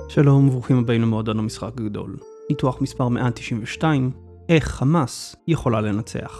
שלום וברוכים הבאים למועדון המשחק הגדול. ניתוח מספר 192, איך חמאס יכולה לנצח.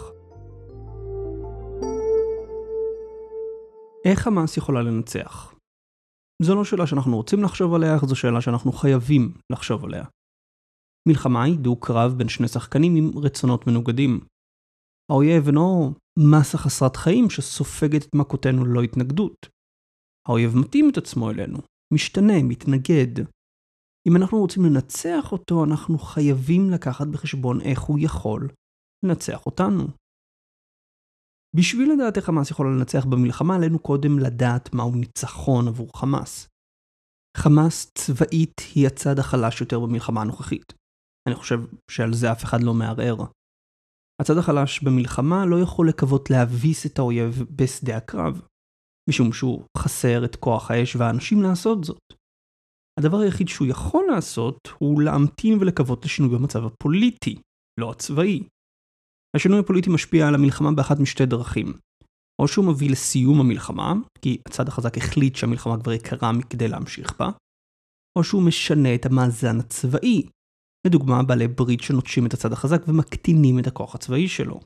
איך חמאס יכולה לנצח? זו לא שאלה שאנחנו רוצים לחשוב עליה, אך זו שאלה שאנחנו חייבים לחשוב עליה. מלחמה היא דו קרב בין שני שחקנים עם רצונות מנוגדים. האויב אינו מסה חסרת חיים שסופגת את מכותינו ללא התנגדות. האויב מתאים את עצמו אלינו, משתנה, מתנגד. אם אנחנו רוצים לנצח אותו, אנחנו חייבים לקחת בחשבון איך הוא יכול לנצח אותנו. בשביל לדעת איך חמאס יכולה לנצח במלחמה, עלינו קודם לדעת מהו ניצחון עבור חמאס. חמאס צבאית היא הצד החלש יותר במלחמה הנוכחית. אני חושב שעל זה אף אחד לא מערער. הצד החלש במלחמה לא יכול לקוות להביס את האויב בשדה הקרב, משום שהוא חסר את כוח האש והאנשים לעשות זאת. הדבר היחיד שהוא יכול לעשות הוא להמתין ולקוות לשינוי במצב הפוליטי, לא הצבאי. השינוי הפוליטי משפיע על המלחמה באחת משתי דרכים. או שהוא מביא לסיום המלחמה, כי הצד החזק החליט שהמלחמה כבר יקרה מכדי להמשיך בה, או שהוא משנה את המאזן הצבאי, לדוגמה בעלי ברית שנוטשים את הצד החזק ומקטינים את הכוח הצבאי שלו.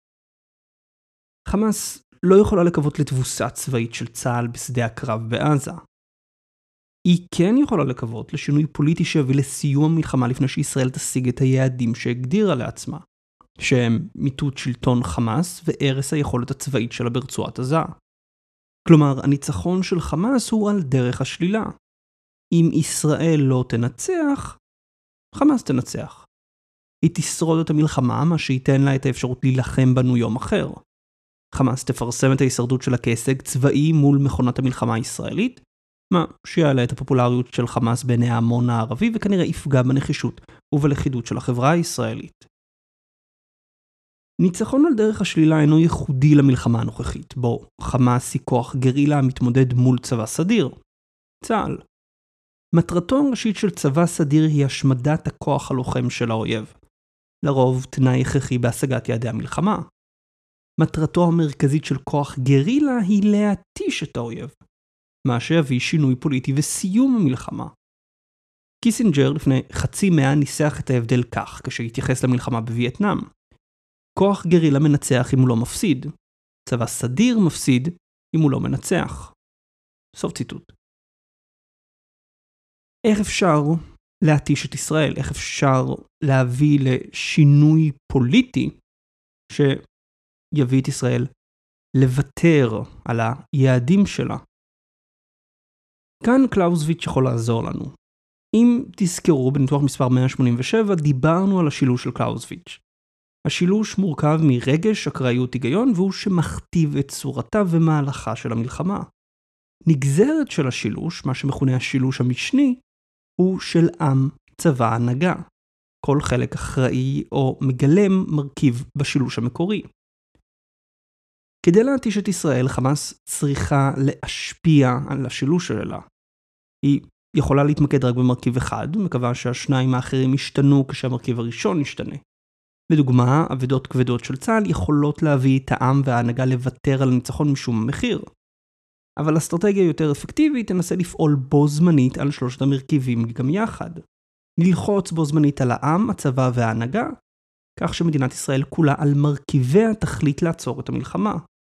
חמאס לא יכולה לקוות לתבוסה צבאית של צה"ל בשדה הקרב בעזה. היא כן יכולה לקוות לשינוי פוליטי שיביא לסיום המלחמה לפני שישראל תשיג את היעדים שהגדירה לעצמה, שהם מיטוט שלטון חמאס והרס היכולת הצבאית שלה ברצועת עזה. כלומר, הניצחון של חמאס הוא על דרך השלילה. אם ישראל לא תנצח, חמאס תנצח. היא תשרוד את המלחמה, מה שייתן לה את האפשרות להילחם בנו יום אחר. חמאס תפרסם את ההישרדות שלה כהישג צבאי מול מכונת המלחמה הישראלית, מה שיעלה את הפופולריות של חמאס בעיני ההמון הערבי וכנראה יפגע בנחישות ובלכידות של החברה הישראלית. ניצחון על דרך השלילה אינו ייחודי למלחמה הנוכחית, בו חמאס היא כוח גרילה המתמודד מול צבא סדיר, צה"ל. מטרתו הראשית של צבא סדיר היא השמדת הכוח הלוחם של האויב, לרוב תנאי הכרחי בהשגת יעדי המלחמה. מטרתו המרכזית של כוח גרילה היא להתיש את האויב, מה שיביא שינוי פוליטי וסיום המלחמה. קיסינג'ר לפני חצי מאה ניסח את ההבדל כך כשהתייחס למלחמה בווייטנאם. כוח גרילה מנצח אם הוא לא מפסיד. צבא סדיר מפסיד אם הוא לא מנצח. סוף ציטוט. איך אפשר להתיש את ישראל? איך אפשר להביא לשינוי פוליטי שיביא את ישראל לוותר על היעדים שלה? כאן קלאוזוויץ' יכול לעזור לנו. אם תזכרו, בניתוח מספר 187 דיברנו על השילוש של קלאוזוויץ'. השילוש מורכב מרגש, אקראיות, היגיון, והוא שמכתיב את צורתה ומהלכה של המלחמה. נגזרת של השילוש, מה שמכונה השילוש המשני, הוא של עם, צבא, הנהגה. כל חלק אחראי או מגלם מרכיב בשילוש המקורי. כדי להתיש את ישראל, חמאס צריכה להשפיע על השילוש שלה. היא יכולה להתמקד רק במרכיב אחד, מקווה שהשניים האחרים ישתנו כשהמרכיב הראשון ישתנה. לדוגמה, עבדות כבדות של צה"ל יכולות להביא את העם וההנהגה לוותר על הניצחון משום מחיר. אבל אסטרטגיה יותר אפקטיבית תנסה לפעול בו זמנית על שלושת המרכיבים גם יחד. ללחוץ בו זמנית על העם, הצבא וההנהגה, כך שמדינת ישראל כולה על מרכיביה תחליט לעצור את המלחמה.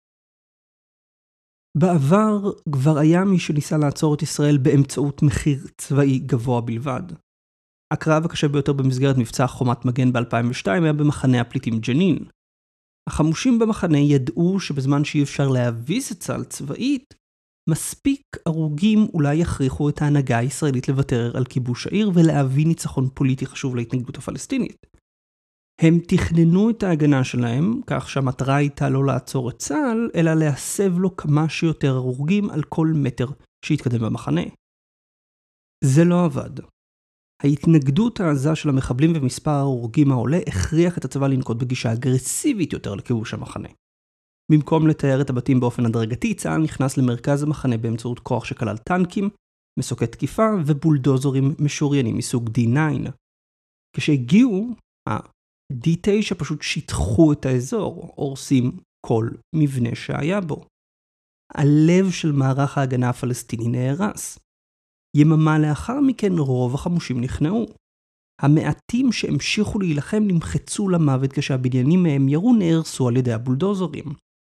בעבר כבר היה מי שניסה לעצור את ישראל באמצעות מחיר צבאי גבוה בלבד. הקרב הקשה ביותר במסגרת מבצע חומת מגן ב-2002 היה במחנה הפליטים ג'נין. החמושים במחנה ידעו שבזמן שאי אפשר להביס את צה"ל צבאית, מספיק הרוגים אולי יכריחו את ההנהגה הישראלית לוותר על כיבוש העיר ולהביא ניצחון פוליטי חשוב להתנגדות הפלסטינית. הם תכננו את ההגנה שלהם, כך שהמטרה הייתה לא לעצור את צה"ל, אלא להסב לו כמה שיותר הרוגים על כל מטר שהתקדם במחנה. זה לא עבד. ההתנגדות העזה של המחבלים ומספר ההרוגים העולה הכריח את הצבא לנקוט בגישה אגרסיבית יותר לכיבוש המחנה. במקום לתאר את הבתים באופן הדרגתי, צה"ל נכנס למרכז המחנה באמצעות כוח שכלל טנקים, מסוקי תקיפה ובולדוזרים משוריינים מסוג D9. כשהגיעו, ה-D9 פשוט שטחו את האזור, הורסים כל מבנה שהיה בו. הלב של מערך ההגנה הפלסטיני נהרס. יממה לאחר מכן רוב החמושים נכנעו. המעטים שהמשיכו להילחם נמחצו למוות כשהבניינים מהם ירו נהרסו על ידי הבולדוזרים.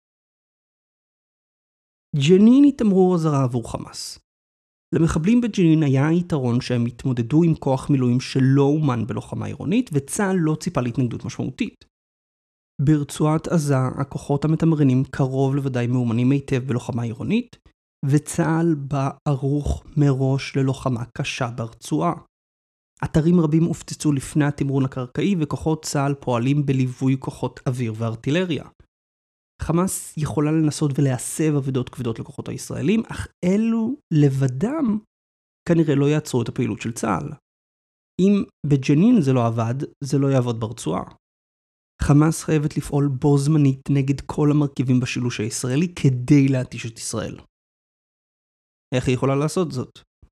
ג'נין היא תמרור אזהרה עבור חמאס. למחבלים בג'נין היה היתרון שהם התמודדו עם כוח מילואים שלא אומן בלוחמה עירונית, וצה"ל לא ציפה להתנגדות משמעותית. ברצועת עזה הכוחות המתמרנים קרוב לוודאי מאומנים היטב בלוחמה עירונית, וצה"ל בא ערוך מראש ללוחמה קשה ברצועה. אתרים רבים הופצצו לפני התמרון הקרקעי, וכוחות צה"ל פועלים בליווי כוחות אוויר וארטילריה. חמאס יכולה לנסות ולהסב עבודות כבדות לכוחות הישראלים, אך אלו לבדם כנראה לא יעצרו את הפעילות של צה"ל. אם בג'נין זה לא עבד, זה לא יעבוד ברצועה. חמאס חייבת לפעול בו זמנית נגד כל המרכיבים בשילוש הישראלי כדי להתיש את ישראל. איך היא יכולה לעשות זאת?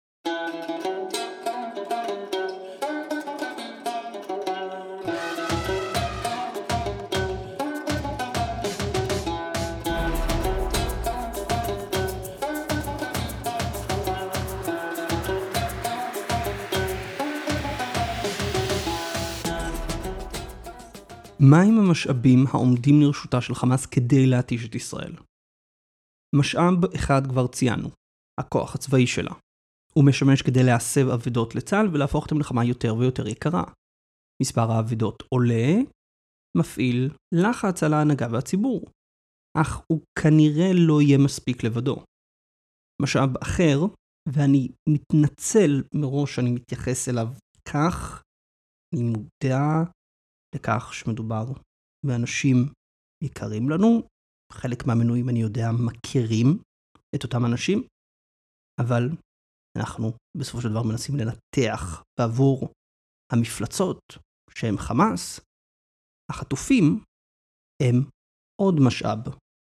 מהם המשאבים העומדים לרשותה של חמאס כדי להתיש את ישראל? משאב אחד כבר ציינו, הכוח הצבאי שלה. הוא משמש כדי להסב עבודות לצה"ל ולהפוך אותם לחמה יותר ויותר יקרה. מספר העבודות עולה, מפעיל לחץ על ההנהגה והציבור. אך הוא כנראה לא יהיה מספיק לבדו. משאב אחר, ואני מתנצל מראש שאני מתייחס אליו כך, אני מודע לכך שמדובר באנשים יקרים לנו, חלק מהמנויים אני יודע מכירים את אותם אנשים, אבל אנחנו בסופו של דבר מנסים לנתח בעבור המפלצות שהם חמאס, החטופים הם עוד משאב.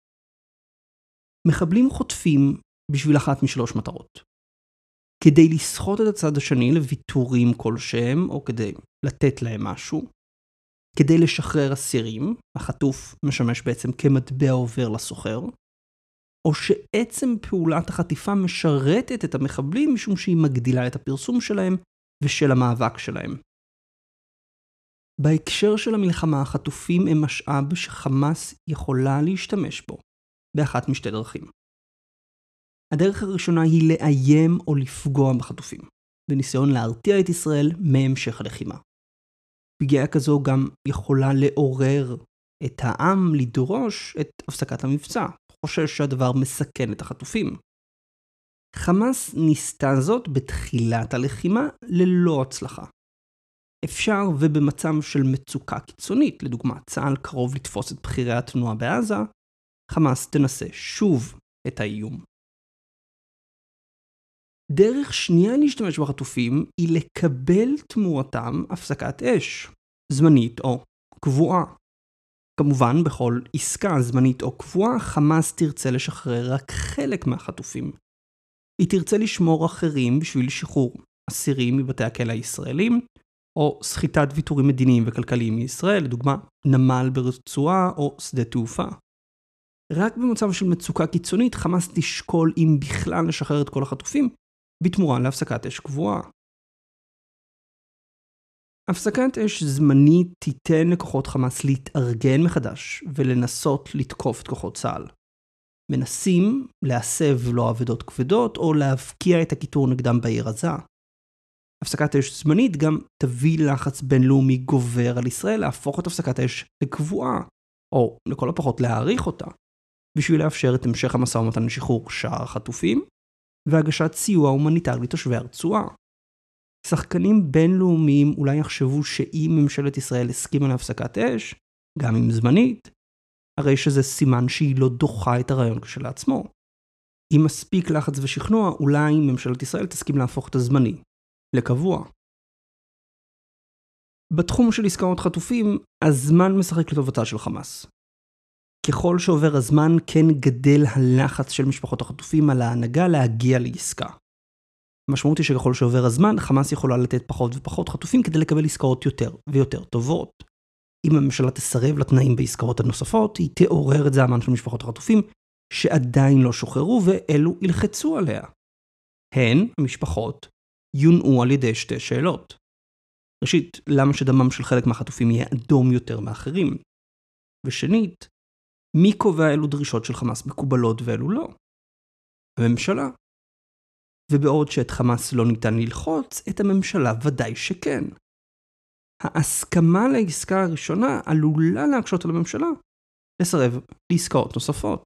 מחבלים חוטפים בשביל אחת משלוש מטרות. כדי לסחוט את הצד השני לוויתורים כלשהם, או כדי לתת להם משהו, כדי לשחרר אסירים, החטוף משמש בעצם כמטבע עובר לסוחר, או שעצם פעולת החטיפה משרתת את המחבלים משום שהיא מגדילה את הפרסום שלהם ושל המאבק שלהם. בהקשר של המלחמה, החטופים הם משאב שחמאס יכולה להשתמש בו, באחת משתי דרכים. הדרך הראשונה היא לאיים או לפגוע בחטופים, בניסיון להרתיע את ישראל מהמשך הלחימה. פגיעה כזו גם יכולה לעורר את העם לדרוש את הפסקת המבצע, חושש שהדבר מסכן את החטופים. חמאס ניסתה זאת בתחילת הלחימה ללא הצלחה. אפשר ובמצב של מצוקה קיצונית, לדוגמה צה"ל קרוב לתפוס את בחירי התנועה בעזה, חמאס תנסה שוב את האיום. דרך שנייה להשתמש בחטופים היא לקבל תמורתם הפסקת אש, זמנית או קבועה. כמובן, בכל עסקה זמנית או קבועה, חמאס תרצה לשחרר רק חלק מהחטופים. היא תרצה לשמור אחרים בשביל שחרור אסירים מבתי הכלא הישראלים, או סחיטת ויתורים מדיניים וכלכליים מישראל, לדוגמה נמל ברצועה או שדה תעופה. רק במצב של מצוקה קיצונית, חמאס תשקול אם בכלל לשחרר את כל החטופים, בתמורה להפסקת אש קבועה. הפסקת אש זמנית תיתן לכוחות חמאס להתארגן מחדש ולנסות לתקוף את כוחות צה"ל. מנסים להסב לו עבודות כבדות או להבקיע את הכיתור נגדם בעיר עזה. הפסקת אש זמנית גם תביא לחץ בינלאומי גובר על ישראל להפוך את הפסקת האש לקבועה, או לכל הפחות להאריך אותה, בשביל לאפשר את המשך המשא ומתן לשחרור שאר החטופים, והגשת סיוע הומניטרי לתושבי הרצועה. שחקנים בינלאומיים אולי יחשבו שאם ממשלת ישראל הסכימה להפסקת אש, גם אם זמנית, הרי שזה סימן שהיא לא דוחה את הרעיון כשלעצמו. אם מספיק לחץ ושכנוע, אולי ממשלת ישראל תסכים להפוך את הזמני לקבוע. בתחום של עסקאות חטופים, הזמן משחק לטובתה של חמאס. ככל שעובר הזמן, כן גדל הלחץ של משפחות החטופים על ההנהגה להגיע לעסקה. המשמעות היא שככל שעובר הזמן, חמאס יכולה לתת פחות ופחות חטופים כדי לקבל עסקאות יותר ויותר טובות. אם הממשלה תסרב לתנאים בעסקאות הנוספות, היא תעורר את זעמן של משפחות החטופים שעדיין לא שוחררו ואלו ילחצו עליה. הן, המשפחות, יונעו על ידי שתי שאלות. ראשית, למה שדמם של חלק מהחטופים יהיה אדום יותר מאחרים? ושנית, מי קובע אילו דרישות של חמאס מקובלות ואילו לא? הממשלה. ובעוד שאת חמאס לא ניתן ללחוץ, את הממשלה ודאי שכן. ההסכמה לעסקה הראשונה עלולה להקשות על הממשלה לסרב לעסקאות נוספות.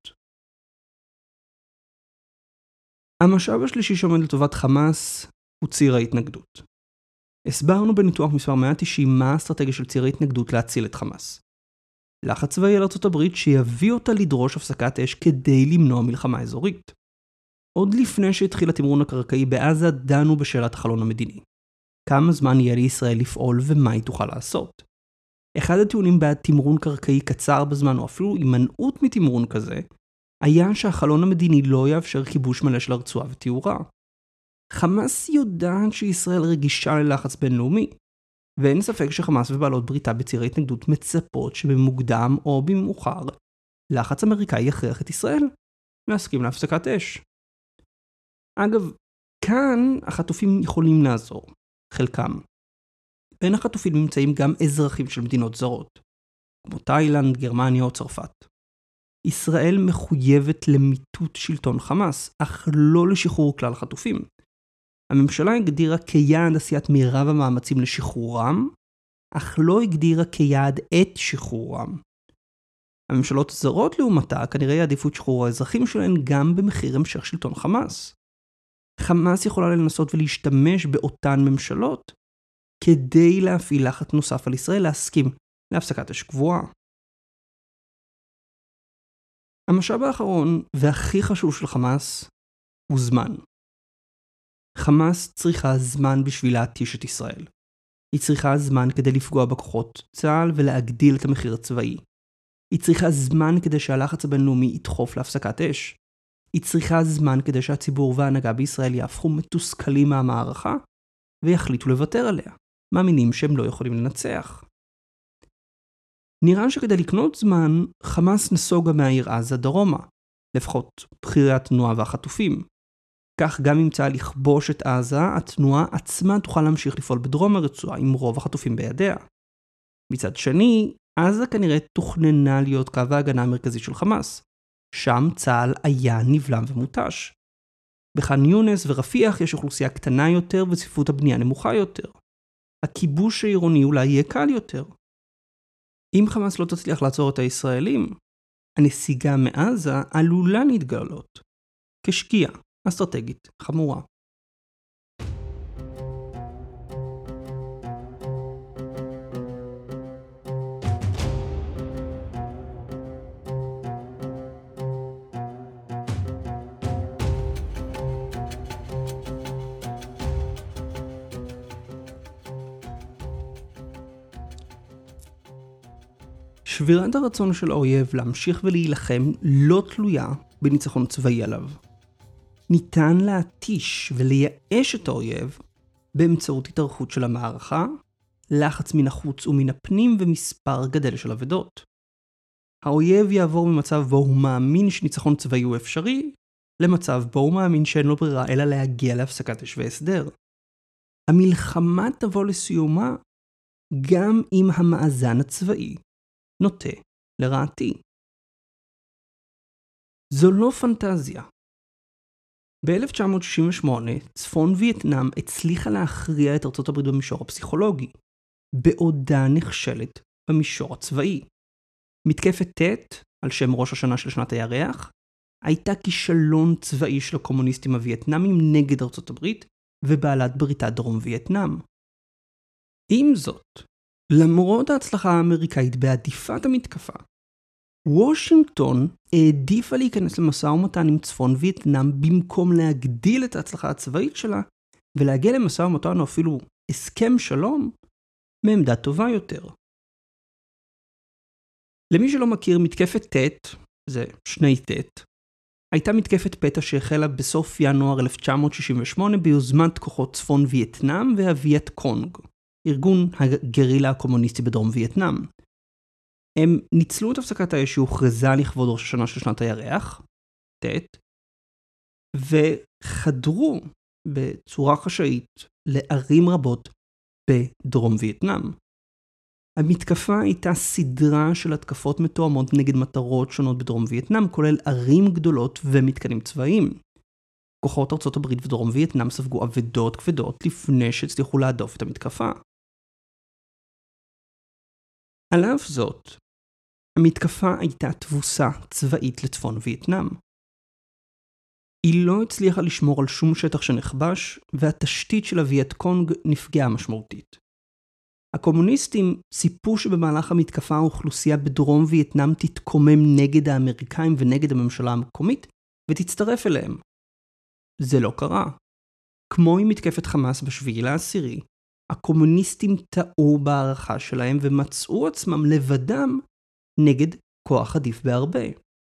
המשאב השלישי שעומד לטובת חמאס הוא ציר ההתנגדות. הסברנו בניתוח מספר 190 מה האסטרטגיה של ציר ההתנגדות להציל את חמאס. לחץ צבאי על ארצות הברית שיביא אותה לדרוש הפסקת אש כדי למנוע מלחמה אזורית. עוד לפני שהתחיל התמרון הקרקעי בעזה דנו בשאלת החלון המדיני. כמה זמן יהיה לישראל לפעול ומה היא תוכל לעשות? אחד הטיעונים בעד תמרון קרקעי קצר בזמן או אפילו הימנעות מתמרון כזה היה שהחלון המדיני לא יאפשר כיבוש מלא של הרצועה ותיאורה. חמאס יודעת שישראל רגישה ללחץ בינלאומי, ואין ספק שחמאס ובעלות בריתה בציר ההתנגדות מצפות שבמוקדם או במאוחר לחץ אמריקאי יכריח את ישראל להסכים להפסקת אש. אגב, כאן החטופים יכולים לעזור, חלקם. בין החטופים נמצאים גם אזרחים של מדינות זרות, כמו תאילנד, גרמניה או צרפת. ישראל מחויבת למיטוט שלטון חמאס, אך לא לשחרור כלל החטופים. הממשלה הגדירה כיעד עשיית מירב המאמצים לשחרורם, אך לא הגדירה כיעד את שחרורם. הממשלות הזרות לעומתה כנראה יעדיפו את שחרור האזרחים שלהן גם במחיר המשך שלטון חמאס. חמאס יכולה לנסות ולהשתמש באותן ממשלות כדי להפעיל לחץ נוסף על ישראל להסכים להפסקת אש קבועה. המשאב האחרון והכי חשוב של חמאס הוא זמן. חמאס צריכה זמן בשביל להתיש את ישראל. היא צריכה זמן כדי לפגוע בכוחות צה"ל ולהגדיל את המחיר הצבאי. היא צריכה זמן כדי שהלחץ הבינלאומי ידחוף להפסקת אש. היא צריכה זמן כדי שהציבור וההנהגה בישראל יהפכו מתוסכלים מהמערכה ויחליטו לוותר עליה. מאמינים שהם לא יכולים לנצח. נראה שכדי לקנות זמן, חמאס נסוגה מהעיר עזה דרומה, לפחות בחירי התנועה והחטופים. כך גם אם צה"ל לכבוש את עזה, התנועה עצמה תוכל להמשיך לפעול בדרום הרצועה עם רוב החטופים בידיה. מצד שני, עזה כנראה תוכננה להיות קו ההגנה המרכזי של חמאס. שם צה"ל היה נבלם ומוטש. בח'אן יונס ורפיח יש אוכלוסייה קטנה יותר וצפיפות הבנייה נמוכה יותר. הכיבוש העירוני אולי יהיה קל יותר. אם חמאס לא תצליח לעצור את הישראלים, הנסיגה מעזה עלולה להתגלות כשגיאה אסטרטגית חמורה. שבירת הרצון של האויב להמשיך ולהילחם לא תלויה בניצחון צבאי עליו. ניתן להתיש ולייאש את האויב באמצעות התארכות של המערכה, לחץ מן החוץ ומן הפנים ומספר גדל של עבדות. האויב יעבור ממצב בו הוא מאמין שניצחון צבאי הוא אפשרי, למצב בו הוא מאמין שאין לו ברירה אלא להגיע להפסקת אש והסדר. המלחמה תבוא לסיומה גם אם המאזן הצבאי נוטה לרעתי. זו לא פנטזיה. ב-1968 צפון וייטנאם הצליחה להכריע את ארצות הברית במישור הפסיכולוגי, בעודה נכשלת במישור הצבאי. מתקפת ט' על שם ראש השנה של שנת הירח הייתה כישלון צבאי של הקומוניסטים הווייטנאמים נגד ארצות הברית ובעלת בריתה דרום וייטנאם. עם זאת, למרות ההצלחה האמריקאית בעדיפת המתקפה, וושינגטון העדיפה להיכנס למשא ומתן עם צפון וייטנאם במקום להגדיל את ההצלחה הצבאית שלה ולהגיע למשא ומתן או אפילו הסכם שלום מעמדה טובה יותר. למי שלא מכיר, מתקפת ט', זה שני ט', הייתה מתקפת פתע שהחלה בסוף ינואר 1968 ביוזמת כוחות צפון וייטנאם והווייט קונג, ארגון הגרילה הקומוניסטי בדרום וייטנאם. הם ניצלו את הפסקת האש שהוכרזה לכבוד ראש השנה של שנת הירח, ט', וחדרו בצורה חשאית לערים רבות בדרום וייטנאם. המתקפה הייתה סדרה של התקפות מתואמות נגד מטרות שונות בדרום וייטנאם, כולל ערים גדולות ומתקנים צבאיים. כוחות ארצות הברית ודרום וייטנאם ספגו אבדות כבדות לפני שהצליחו להדוף את המתקפה. על אף זאת, המתקפה הייתה תבוסה צבאית לצפון וייטנאם. היא לא הצליחה לשמור על שום שטח שנכבש, והתשתית של הווייט קונג נפגעה משמעותית. הקומוניסטים ציפו שבמהלך המתקפה האוכלוסייה בדרום וייטנאם תתקומם נגד האמריקאים ונגד הממשלה המקומית, ותצטרף אליהם. זה לא קרה. כמו עם מתקפת חמאס ב7/10, הקומוניסטים טעו בהערכה שלהם ומצאו עצמם לבדם נגד כוח עדיף בהרבה.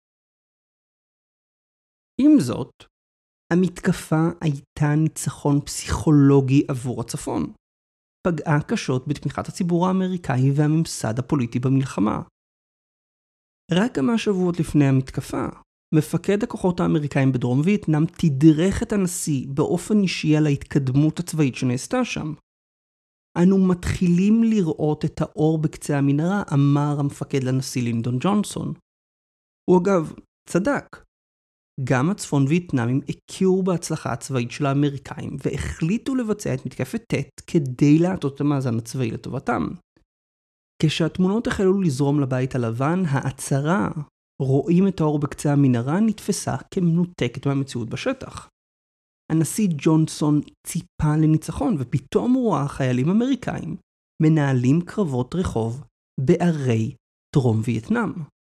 עם זאת, המתקפה הייתה ניצחון פסיכולוגי עבור הצפון. פגעה קשות בתמיכת הציבור האמריקאי והממסד הפוליטי במלחמה. רק כמה שבועות לפני המתקפה, מפקד הכוחות האמריקאים בדרום וייטנאם תדרך את הנשיא באופן אישי על ההתקדמות הצבאית שנעשתה שם. אנו מתחילים לראות את האור בקצה המנהרה, אמר המפקד לנשיא לינדון ג'ונסון. הוא אגב צדק. גם הצפון וייטנאמים הכירו בהצלחה הצבאית של האמריקאים והחליטו לבצע את מתקפת ט' כדי להטות את המאזן הצבאי לטובתם. כשהתמונות החלו לזרום לבית הלבן, ההצהרה רואים את האור בקצה המנהרה נתפסה כמנותקת מהמציאות בשטח. הנשיא ג'ונסון ציפה לניצחון ופתאום הוא ראה חיילים אמריקאים מנהלים קרבות רחוב בערי דרום וייטנאם.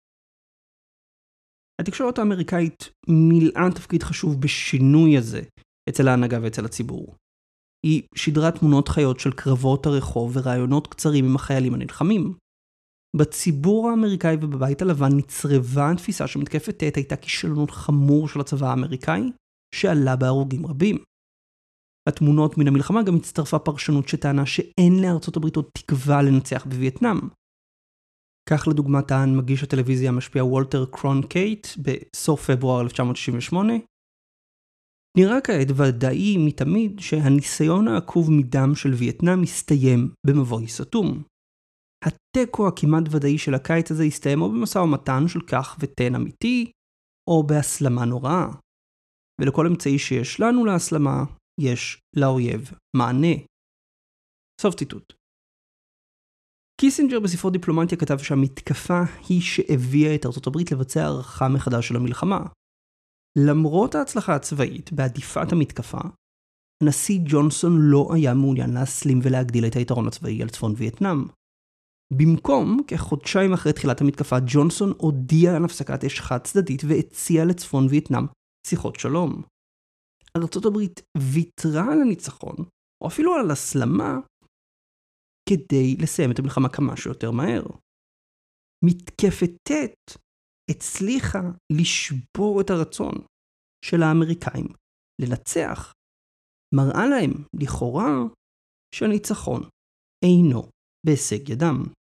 התקשורת האמריקאית מילאה תפקיד חשוב בשינוי הזה אצל ההנהגה ואצל הציבור. היא שידרה תמונות חיות של קרבות הרחוב ורעיונות קצרים עם החיילים הנלחמים. בציבור האמריקאי ובבית הלבן נצרבה התפיסה שמתקפת ט' הייתה כישלון חמור של הצבא האמריקאי, שעלה בהרוגים רבים. התמונות מן המלחמה גם הצטרפה פרשנות שטענה שאין לארצות הברית עוד תקווה לנצח בווייטנאם. כך לדוגמה טען מגיש הטלוויזיה המשפיע וולטר קרונקייט בסוף פברואר 1968. נראה כעת ודאי מתמיד שהניסיון העקוב מדם של וייטנאם הסתיים במבוי סתום. התיקו הכמעט ודאי של הקיץ הזה הסתיים או במשא ומתן של כך ותן אמיתי, או בהסלמה נוראה. ולכל אמצעי שיש לנו להסלמה, יש לאויב מענה. סוף ציטוט. קיסינג'ר בספרו דיפלומטיה כתב שהמתקפה היא שהביאה את ארצות הברית לבצע הערכה מחדש של המלחמה. למרות ההצלחה הצבאית בעדיפת המתקפה, הנשיא ג'ונסון לא היה מעוניין להסלים ולהגדיל את היתרון הצבאי על צפון וייטנאם. במקום, כחודשיים אחרי תחילת המתקפה, ג'ונסון הודיע על הפסקת אש חד צדדית והציע לצפון וייטנאם שיחות שלום. ארצות הברית ויתרה על הניצחון, או אפילו על הסלמה, כדי לסיים את המלחמה כמה שיותר מהר. מתקפת ט' הצליחה לשבור את הרצון של האמריקאים לנצח. מראה להם, לכאורה, שהניצחון אינו בהישג ידם.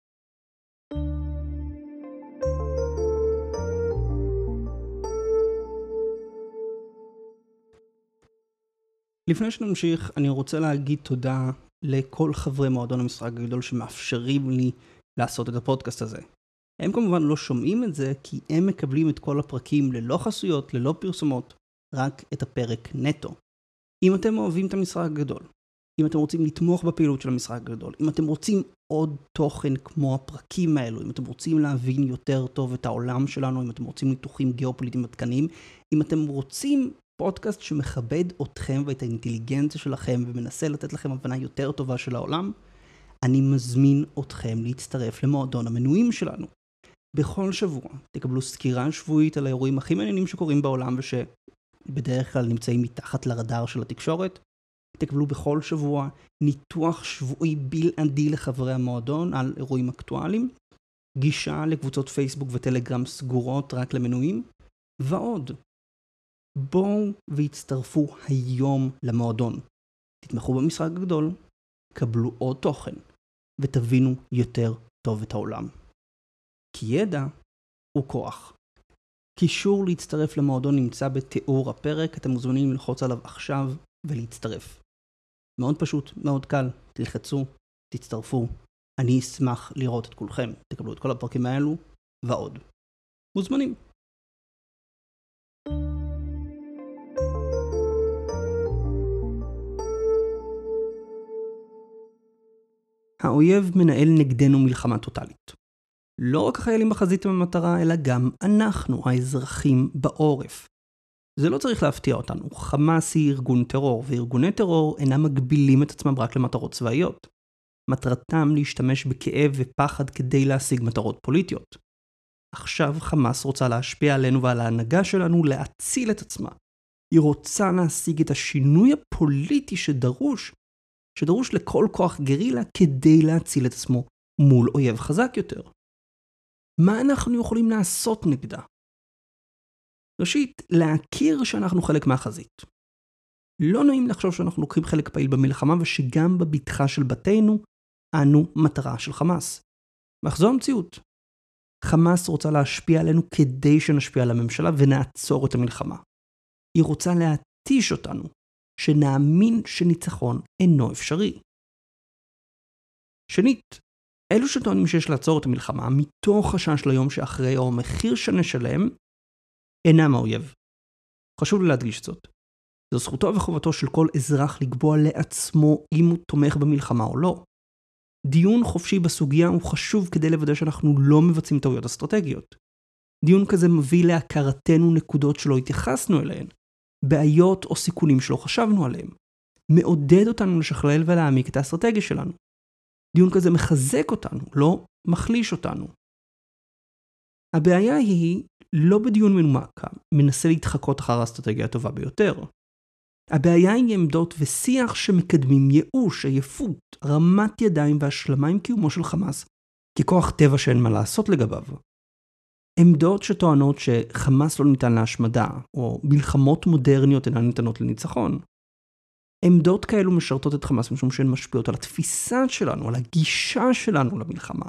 לפני שנמשיך, אני רוצה להגיד תודה לכל חברי מועדון המשחק הגדול שמאפשרים לי לעשות את הפודקאסט הזה. הם כמובן לא שומעים את זה כי הם מקבלים את כל הפרקים ללא חסויות, ללא פרסומות, רק את הפרק נטו. אם אתם אוהבים את המשחק הגדול, אם אתם רוצים לתמוך בפעילות של המשחק הגדול, אם אתם רוצים עוד תוכן כמו הפרקים האלו, אם אתם רוצים להבין יותר טוב את העולם שלנו, אם אתם רוצים ניתוחים גיאופוליטיים עדכניים, אם אתם רוצים פודקאסט שמכבד אתכם ואת האינטליגנציה שלכם ומנסה לתת לכם הבנה יותר טובה של העולם, אני מזמין אתכם להצטרף למועדון המנויים שלנו. בכל שבוע תקבלו סקירה שבועית על האירועים הכי מעניינים שקורים בעולם ושבדרך כלל נמצאים מתחת לרדאר של התקשורת. תקבלו בכל שבוע ניתוח שבועי בלעדי לחברי המועדון על אירועים אקטואליים, גישה לקבוצות פייסבוק וטלגרם סגורות רק למנויים, ועוד. בואו והצטרפו היום למועדון. תתמכו במשחק הגדול, קבלו עוד תוכן, ותבינו יותר טוב את העולם. כי ידע הוא כוח. קישור להצטרף למועדון נמצא בתיאור הפרק, אתם מוזמנים ללחוץ עליו עכשיו ולהצטרף. מאוד פשוט, מאוד קל, תלחצו, תצטרפו. אני אשמח לראות את כולכם. תקבלו את כל הפרקים האלו ועוד. מוזמנים. האויב מנהל נגדנו מלחמה טוטלית. לא רק החיילים בחזית הם המטרה, אלא גם אנחנו, האזרחים בעורף. זה לא צריך להפתיע אותנו. חמאס היא ארגון טרור, וארגוני טרור אינם מגבילים את עצמם רק למטרות צבאיות. מטרתם להשתמש בכאב ופחד כדי להשיג מטרות פוליטיות. עכשיו חמאס רוצה להשפיע עלינו ועל ההנהגה שלנו להציל את עצמה. היא רוצה להשיג את השינוי הפוליטי שדרוש לכל כוח גרילה כדי להציל את עצמו מול אויב חזק יותר. מה אנחנו יכולים לעשות נגדה? ראשית, להכיר שאנחנו חלק מהחזית. לא נעים לחשוב שאנחנו לוקחים חלק פעיל במלחמה ושגם בביטחה של בתינו אנו מטרה של חמאס. אך זו המציאות. חמאס רוצה להשפיע עלינו כדי שנשפיע על הממשלה ונעצור את המלחמה. היא רוצה להתיש אותנו, שנאמין שניצחון אינו אפשרי. שנית, אלו שטוענים שיש לעצור את המלחמה מתוך חשש ליום שאחרי או מחיר שנשלם, אינם האויב. חשוב לי להדגיש זאת. זו זכותו וחובתו של כל אזרח לקבוע לעצמו אם הוא תומך במלחמה או לא. דיון חופשי בסוגיה הוא חשוב כדי לוודא שאנחנו לא מבצעים טעויות אסטרטגיות. דיון כזה מביא להכרתנו נקודות שלא התייחסנו אליהן, בעיות או סיכונים שלא חשבנו עליהם. מעודד אותנו לשכלל ולהעמיק את האסטרטגיה שלנו. דיון כזה מחזק אותנו, לא מחליש אותנו. הבעיה היא לא בדיון מנומק, מנסה להתחקות אחר האסטרטגיה הטובה ביותר. הבעיה היא עמדות ושיח שמקדמים ייאוש, עייפות, רמת ידיים והשלמה עם קיומו של חמאס, ככוח טבע שאין מה לעשות לגביו. עמדות שטוענות שחמאס לא ניתן להשמדה, או מלחמות מודרניות אינן ניתנות לניצחון. עמדות כאלו משרתות את חמאס משום שהן משפיעות על התפיסה שלנו, על הגישה שלנו למלחמה.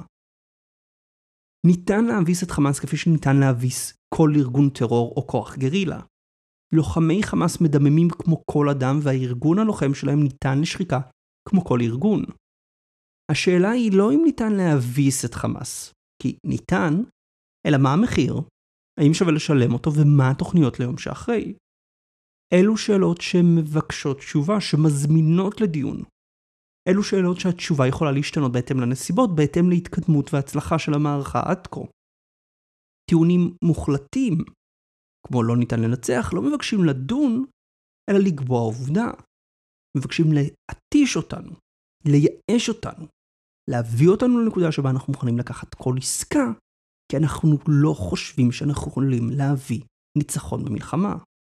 ניתן להביס את חמאס כפי שניתן להביס כל ארגון טרור או כוח גרילה. לוחמי חמאס מדממים כמו כל אדם והארגון הלוחם שלהם ניתן לשחיקה כמו כל ארגון. השאלה היא לא אם ניתן להביס את חמאס, כי ניתן, אלא מה המחיר, האם שווה לשלם אותו ומה התוכניות ליום שאחרי. אלו שאלות שמבקשות תשובה, שמזמינות לדיון. אלו שאלות שהתשובה יכולה להשתנות בהתאם לנסיבות, בהתאם להתקדמות והצלחה של המערכה עד כה. טיעונים מוחלטים, כמו לא ניתן לנצח, לא מבקשים לדון, אלא לקבוע עובדה. מבקשים להתיש אותנו, לייאש אותנו, להביא אותנו לנקודה שבה אנחנו מוכנים לקחת כל עסקה, כי אנחנו לא חושבים שאנחנו יכולים להביא ניצחון במלחמה.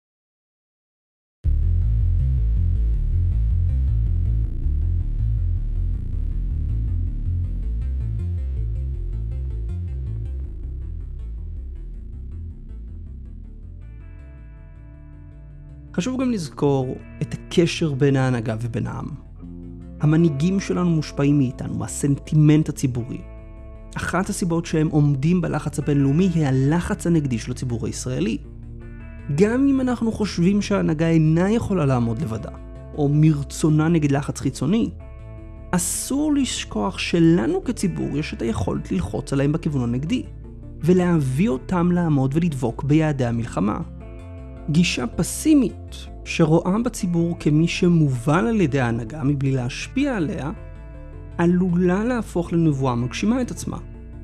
חשוב גם לזכור את הקשר בין ההנהגה ובין העם. המנהיגים שלנו מושפעים מאיתנו, מהסנטימנט הציבורי. אחת הסיבות שהם עומדים בלחץ הבינלאומי היא הלחץ הנגדי של הציבור הישראלי. גם אם אנחנו חושבים שההנהגה אינה יכולה לעמוד לבדה, או מרצונה נגד לחץ חיצוני, אסור לשכוח שלנו כציבור יש את היכולת ללחוץ עליהם בכיוון הנגדי, ולהביא אותם לעמוד ולדבוק ביעדי המלחמה. גישה פסימית שרואה בציבור כמי שמובל על ידי ההנהגה מבלי להשפיע עליה, עלולה להפוך לנבואה מגשימה את עצמה.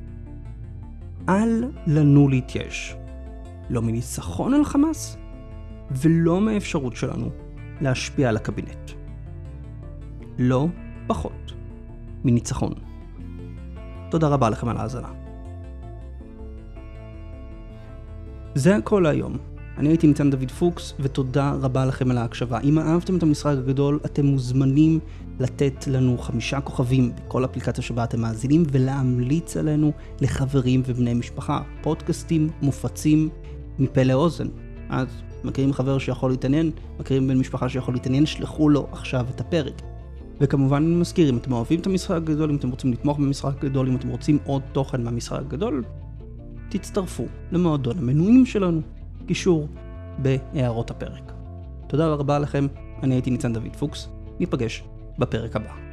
אל לנו להתייאש. לא מניצחון על חמאס, ולא מהאפשרות שלנו להשפיע על הקבינט. לא פחות מניצחון. תודה רבה לכם על ההאזנה. זה הכל היום. אני הייתי ניצן דוד פוקס, ותודה רבה לכם על ההקשבה. אם אהבתם את המשחק הגדול, אתם מוזמנים לתת לנו 5 כוכבים בכל אפליקציה שבה אתם מאזינים, ולהמליץ עלינו לחברים ובני משפחה. פודקאסטים מופצים מפה לאוזן. אז מכירים חבר שיכול להתעניין, מכירים בן משפחה שיכול להתעניין, שלחו לו עכשיו את הפרק. וכמובן אני מזכיר, אם אתם אוהבים את המשחק הגדול, אם אתם רוצים לתמוך במשחק הגדול, אם אתם רוצים עוד תוכן מהמשחק הגדול, תצטרפו למועדון המנויים שלנו. קישור בהערות הפרק. תודה רבה לכם, אני הייתי ניצן דוד פוקס, ניפגש בפרק הבא.